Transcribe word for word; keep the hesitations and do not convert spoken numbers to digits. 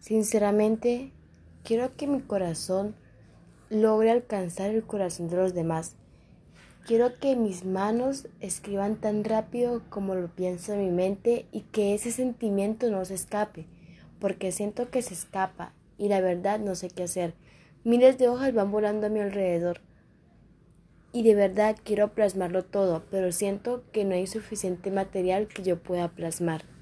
Sinceramente, quiero que mi corazón logre alcanzar el corazón de los demás. Quiero que mis manos escriban tan rápido como lo pienso en mi mente y que ese sentimiento no se escape, porque siento que se escapa y la verdad no sé qué hacer. Miles de hojas van volando a mi alrededor y de verdad quiero plasmarlo todo, pero siento que no hay suficiente material que yo pueda plasmar.